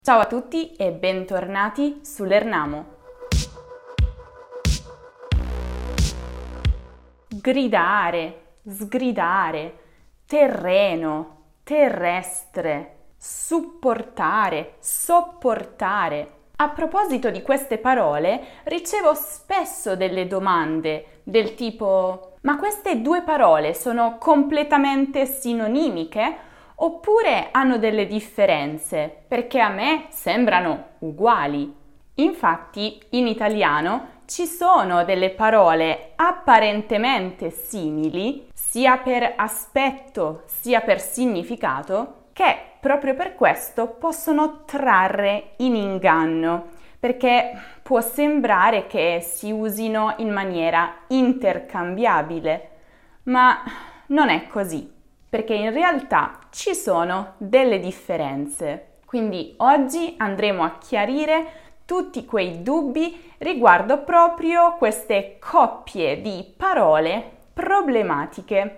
Ciao a tutti e bentornati sull'Ernamo. Gridare, sgridare, terreno, terrestre, supportare, sopportare. A proposito di queste parole, ricevo spesso delle domande del tipo: ma queste due parole sono completamente sinonimiche? Oppure hanno delle differenze? Perché a me sembrano uguali. Infatti, in italiano ci sono delle parole apparentemente simili, sia per aspetto sia per significato, che proprio per questo possono trarre in inganno, perché può sembrare che si usino in maniera intercambiabile, ma non è così, perché in realtà ci sono delle differenze. Quindi oggi andremo a chiarire tutti quei dubbi riguardo proprio queste coppie di parole problematiche.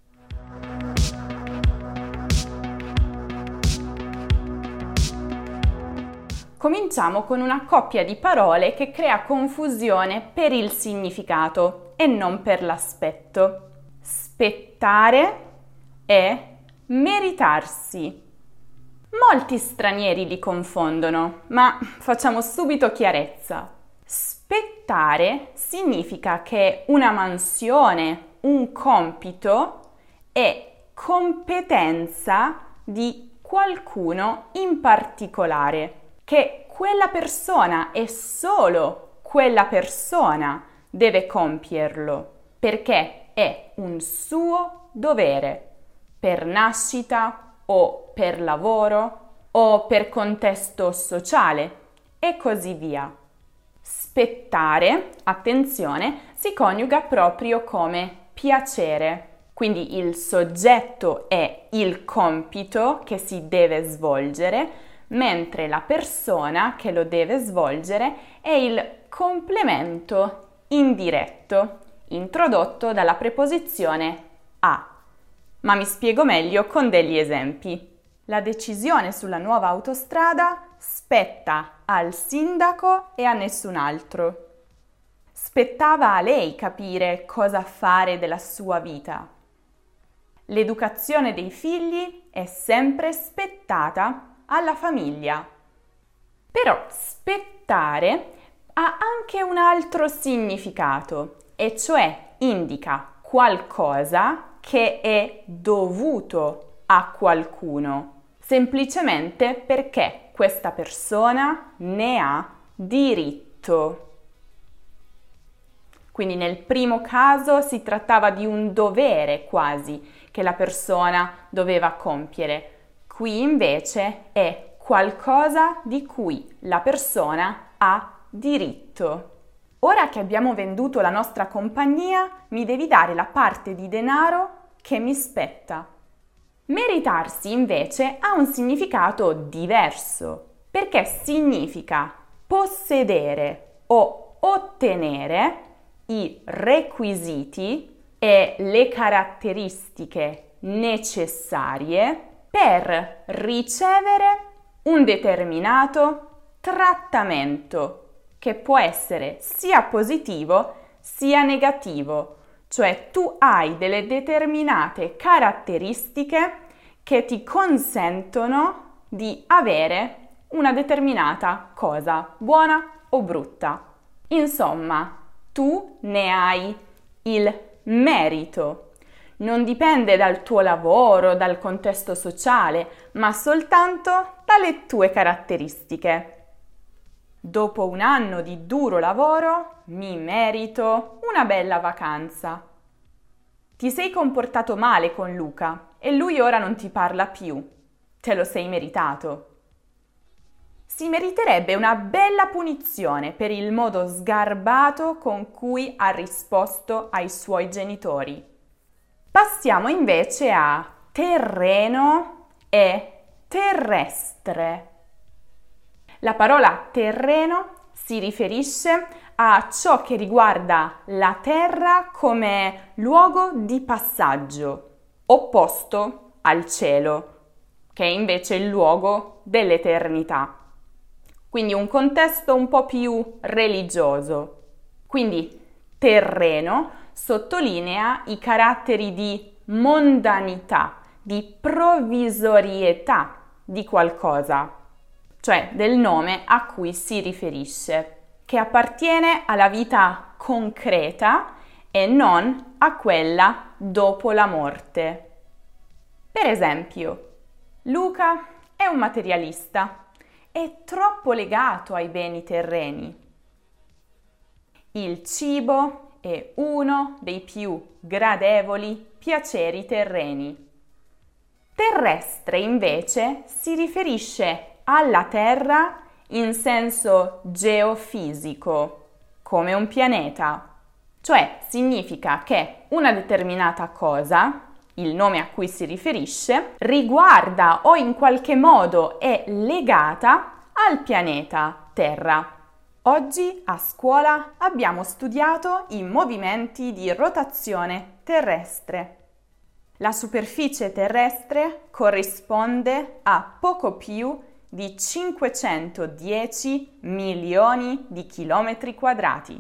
Cominciamo con una coppia di parole che crea confusione per il significato e non per l'aspetto. Spettare e meritarsi. Molti stranieri li confondono, ma facciamo subito chiarezza. Spettare significa che una mansione, un compito è competenza di qualcuno in particolare, che quella persona e solo quella persona deve compierlo, perché è un suo dovere, per nascita o per lavoro o per contesto sociale e così via. Spettare, attenzione, si coniuga proprio come piacere. Quindi il soggetto è il compito che si deve svolgere, mentre la persona che lo deve svolgere è il complemento indiretto, introdotto dalla preposizione a. Ma mi spiego meglio con degli esempi. La decisione sulla nuova autostrada spetta al sindaco e a nessun altro. Spettava a lei capire cosa fare della sua vita. L'educazione dei figli è sempre spettata alla famiglia. Però spettare ha anche un altro significato, e cioè indica qualcosa che è dovuto a qualcuno, semplicemente perché questa persona ne ha diritto. Quindi nel primo caso si trattava di un dovere quasi che la persona doveva compiere. Qui invece è qualcosa di cui la persona ha diritto. Ora che abbiamo venduto la nostra compagnia, mi devi dare la parte di denaro che mi spetta. Meritarsi invece ha un significato diverso, perché significa possedere o ottenere i requisiti e le caratteristiche necessarie per ricevere un determinato trattamento, che può essere sia positivo sia negativo, cioè tu hai delle determinate caratteristiche che ti consentono di avere una determinata cosa, buona o brutta. Insomma, tu ne hai il merito. Non dipende dal tuo lavoro, dal contesto sociale, ma soltanto dalle tue caratteristiche. Dopo un anno di duro lavoro, mi merito una bella vacanza. Ti sei comportato male con Luca e lui ora non ti parla più. Te lo sei meritato. Si meriterebbe una bella punizione per il modo sgarbato con cui ha risposto ai suoi genitori. Passiamo invece a terreno e terrestre. La parola terreno si riferisce a ciò che riguarda la terra come luogo di passaggio, opposto al cielo, che è invece il luogo dell'eternità. quindi un contesto un po' più religioso. Quindi terreno sottolinea i caratteri di mondanità, di provvisorietà di qualcosa, cioè del nome a cui si riferisce, che appartiene alla vita concreta e non a quella dopo la morte. Per esempio, Luca è un materialista, è troppo legato ai beni terreni. Il cibo è uno dei più gradevoli piaceri terreni. Terrestre invece si riferisce alla Terra in senso geofisico, come un pianeta, cioè significa che una determinata cosa, il nome a cui si riferisce, riguarda o in qualche modo è legata al pianeta Terra. Oggi a scuola abbiamo studiato i movimenti di rotazione terrestre. La superficie terrestre corrisponde a poco più di 510 milioni di chilometri quadrati.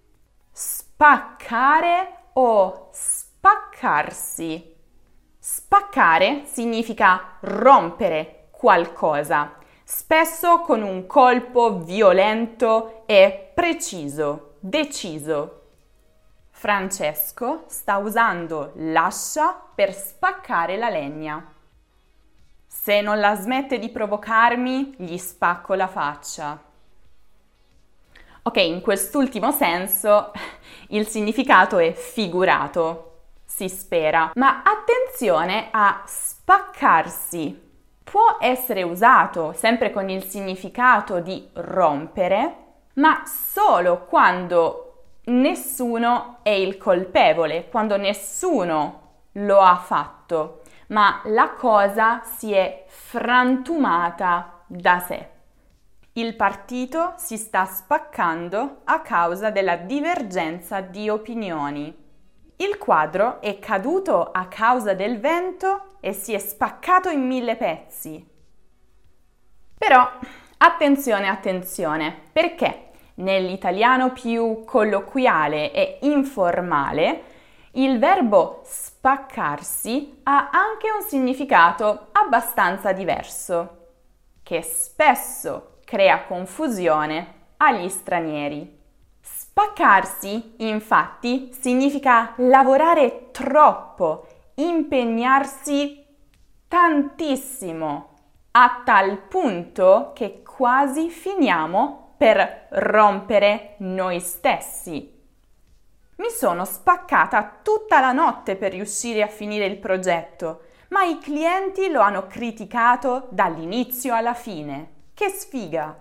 Spaccare o spaccarsi. Spaccare significa rompere qualcosa, spesso con un colpo violento e preciso, deciso. Francesco sta usando l'ascia per spaccare la legna. Se non la smette di provocarmi, gli spacco la faccia. Ok, in quest'ultimo senso il significato è figurato, si spera, ma attenzione a spaccarsi. Può essere usato sempre con il significato di rompere, ma solo quando nessuno è il colpevole, quando nessuno lo ha fatto, ma la cosa si è frantumata da sé. Il partito si sta spaccando a causa della divergenza di opinioni. Il quadro è caduto a causa del vento e si è spaccato in 1000 pezzi. Però attenzione, perché nell'italiano più colloquiale e informale il verbo spaccarsi ha anche un significato abbastanza diverso, che spesso crea confusione agli stranieri. Spaccarsi, infatti, significa lavorare troppo, impegnarsi tantissimo, a tal punto che quasi finiamo per rompere noi stessi. Mi sono spaccata tutta la notte per riuscire a finire il progetto, ma i clienti lo hanno criticato dall'inizio alla fine. Che sfiga!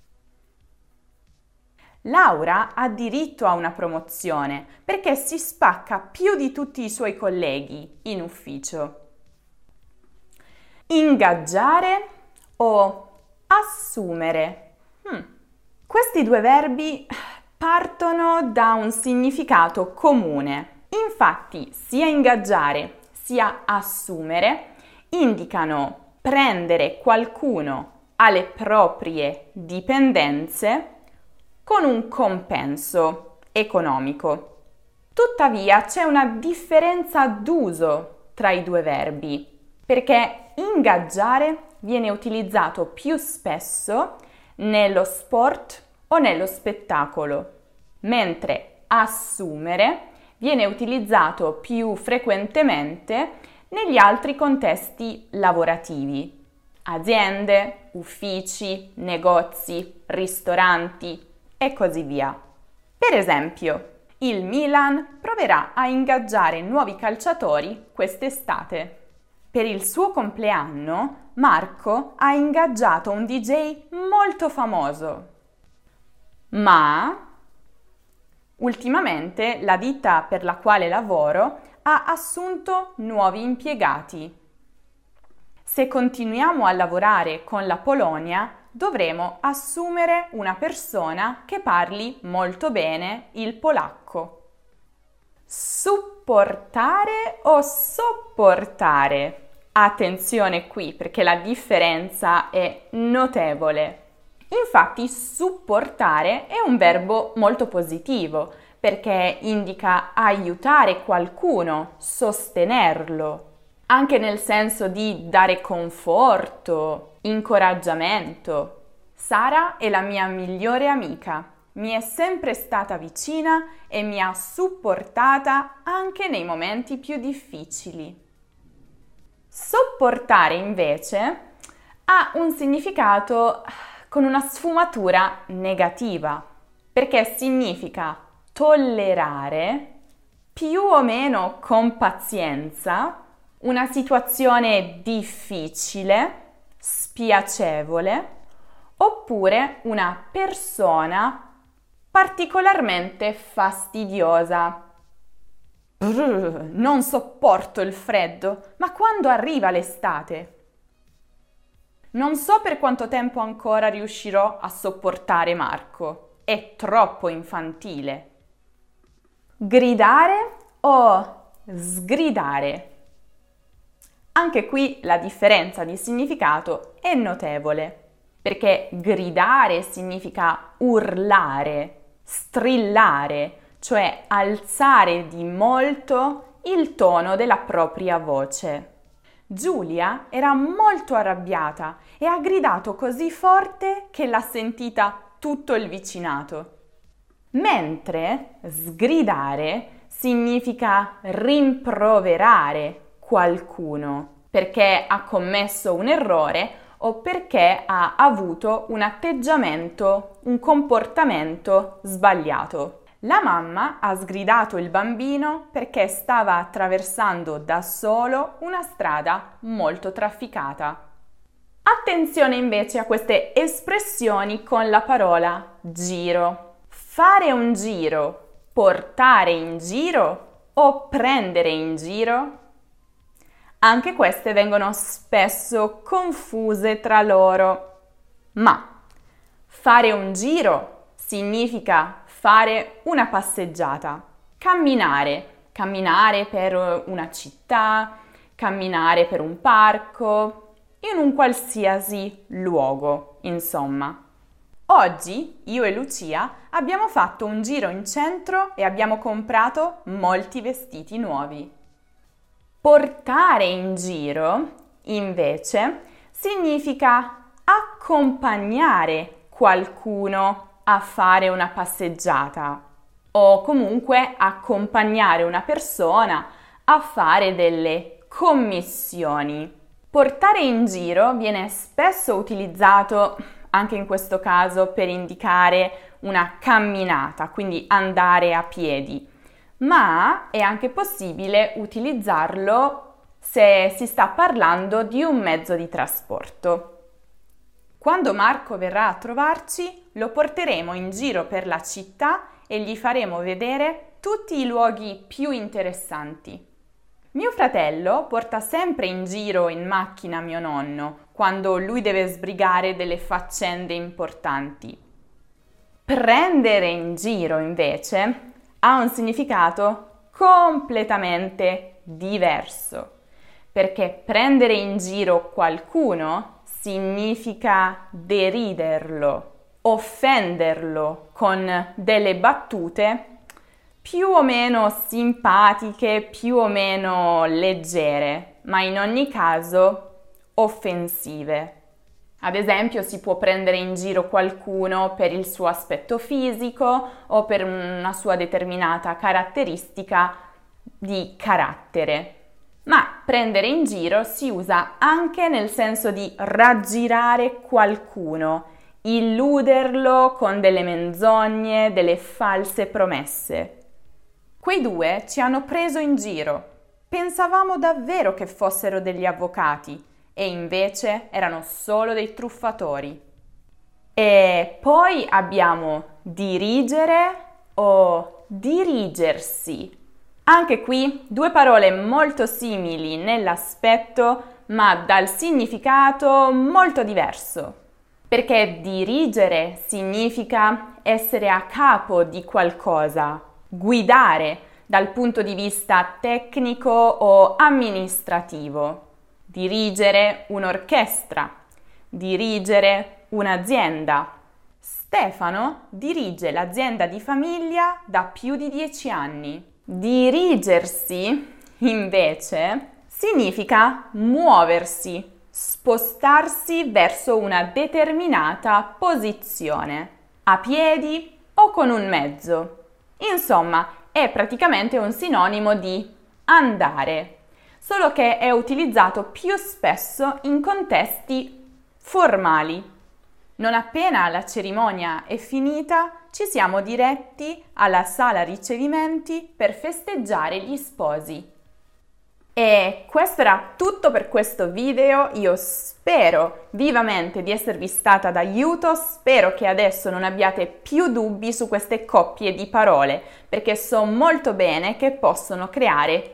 Laura ha diritto a una promozione perché si spacca più di tutti i suoi colleghi in ufficio. Ingaggiare o assumere? Questi due verbi partono da un significato comune. Infatti, sia ingaggiare sia assumere indicano prendere qualcuno alle proprie dipendenze con un compenso economico. Tuttavia c'è una differenza d'uso tra i due verbi, perché ingaggiare viene utilizzato più spesso nello sport o nello spettacolo, mentre assumere viene utilizzato più frequentemente negli altri contesti lavorativi. Aziende, uffici, negozi, ristoranti e così via. Per esempio, il Milan proverà a ingaggiare nuovi calciatori quest'estate. Per il suo compleanno, Marco ha ingaggiato un DJ molto famoso. Ma ultimamente la ditta per la quale lavoro ha assunto nuovi impiegati. Se continuiamo a lavorare con la Polonia, dovremo assumere una persona che parli molto bene il polacco. Supportare o sopportare? Attenzione qui perché la differenza è notevole. Infatti, supportare è un verbo molto positivo perché indica aiutare qualcuno, sostenerlo, anche nel senso di dare conforto, incoraggiamento. Sara è la mia migliore amica, mi è sempre stata vicina e mi ha supportata anche nei momenti più difficili. Sopportare invece ha un significato con una sfumatura negativa, perché significa tollerare più o meno con pazienza una situazione difficile, spiacevole, oppure una persona particolarmente fastidiosa. Non sopporto il freddo, ma quando arriva l'estate? Non so per quanto tempo ancora riuscirò a sopportare Marco. È troppo infantile. Gridare o sgridare? Anche qui la differenza di significato è notevole, perché gridare significa urlare, strillare, cioè alzare di molto il tono della propria voce. Giulia era molto arrabbiata e ha gridato così forte che l'ha sentita tutto il vicinato. Mentre sgridare significa rimproverare qualcuno perché ha commesso un errore o perché ha avuto un atteggiamento, un comportamento sbagliato. La mamma ha sgridato il bambino perché stava attraversando da solo una strada molto trafficata. Attenzione invece a queste espressioni con la parola giro. Fare un giro, portare in giro o prendere in giro? Anche queste vengono spesso confuse tra loro. Ma fare un giro significa fare una passeggiata, camminare per una città, camminare per un parco, in un qualsiasi luogo, insomma. Oggi io e Lucia abbiamo fatto un giro in centro e abbiamo comprato molti vestiti nuovi. Portare in giro, invece, significa accompagnare qualcuno a fare una passeggiata o comunque accompagnare una persona a fare delle commissioni. Portare in giro viene spesso utilizzato anche in questo caso per indicare una camminata, quindi andare a piedi, ma è anche possibile utilizzarlo se si sta parlando di un mezzo di trasporto. Quando Marco verrà a trovarci, lo porteremo in giro per la città e gli faremo vedere tutti i luoghi più interessanti. Mio fratello porta sempre in giro in macchina mio nonno quando lui deve sbrigare delle faccende importanti. Prendere in giro, invece, ha un significato completamente diverso, perché prendere in giro qualcuno significa deriderlo, offenderlo con delle battute più o meno simpatiche, più o meno leggere, ma in ogni caso offensive. Ad esempio, si può prendere in giro qualcuno per il suo aspetto fisico o per una sua determinata caratteristica di carattere. Ma prendere in giro si usa anche nel senso di raggirare qualcuno, illuderlo con delle menzogne, delle false promesse. Quei due ci hanno preso in giro. Pensavamo davvero che fossero degli avvocati e invece erano solo dei truffatori. E poi abbiamo dirigere o dirigersi. Anche qui due parole molto simili nell'aspetto, ma dal significato molto diverso. Perché dirigere significa essere a capo di qualcosa, guidare dal punto di vista tecnico o amministrativo. Dirigere un'orchestra, dirigere un'azienda, Stefano dirige l'azienda di famiglia da più di 10 anni. Dirigersi, invece, significa muoversi, spostarsi verso una determinata posizione, a piedi o con un mezzo. Insomma, è praticamente un sinonimo di andare, solo che è utilizzato più spesso in contesti formali. Non appena la cerimonia è finita, ci siamo diretti alla sala ricevimenti per festeggiare gli sposi. E questo era tutto per questo video. Io spero vivamente di esservi stata d'aiuto, spero che adesso non abbiate più dubbi su queste coppie di parole, perché so molto bene che possono creare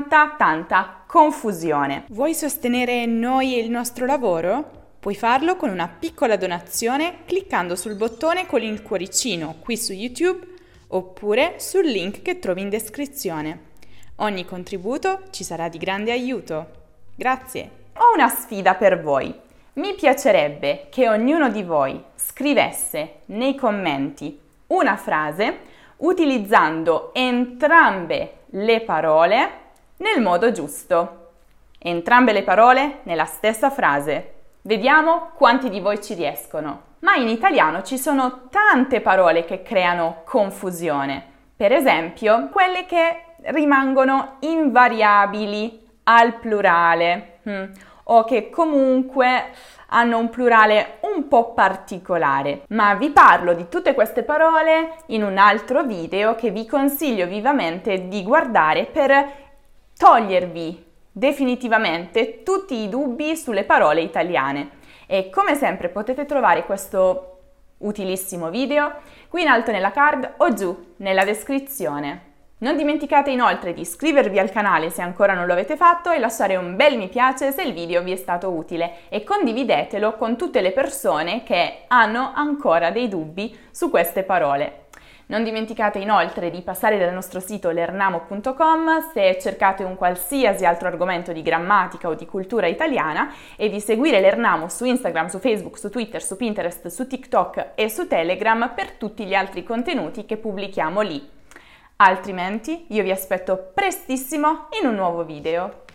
tanta confusione. Vuoi sostenere noi e il nostro lavoro? Puoi farlo con una piccola donazione cliccando sul bottone con il cuoricino qui su YouTube oppure sul link che trovi in descrizione. Ogni contributo ci sarà di grande aiuto. Grazie! Ho una sfida per voi. Mi piacerebbe che ognuno di voi scrivesse nei commenti una frase utilizzando entrambe le parole nel modo giusto. Entrambe le parole nella stessa frase. Vediamo quanti di voi ci riescono. Ma in italiano ci sono tante parole che creano confusione. Per esempio, quelle che rimangono invariabili al plurale o che comunque hanno un plurale un po' particolare. Ma vi parlo di tutte queste parole in un altro video che vi consiglio vivamente di guardare per togliervi definitivamente tutti i dubbi sulle parole italiane. E come sempre potete trovare questo utilissimo video qui in alto nella card o giù nella descrizione. Non dimenticate inoltre di iscrivervi al canale se ancora non lo avete fatto e lasciare un bel mi piace se il video vi è stato utile e condividetelo con tutte le persone che hanno ancora dei dubbi su queste parole. Non dimenticate inoltre di passare dal nostro sito learnamo.com se cercate un qualsiasi altro argomento di grammatica o di cultura italiana e di seguire Learnamo su Instagram, su Facebook, su Twitter, su Pinterest, su TikTok e su Telegram per tutti gli altri contenuti che pubblichiamo lì. Altrimenti io vi aspetto prestissimo in un nuovo video.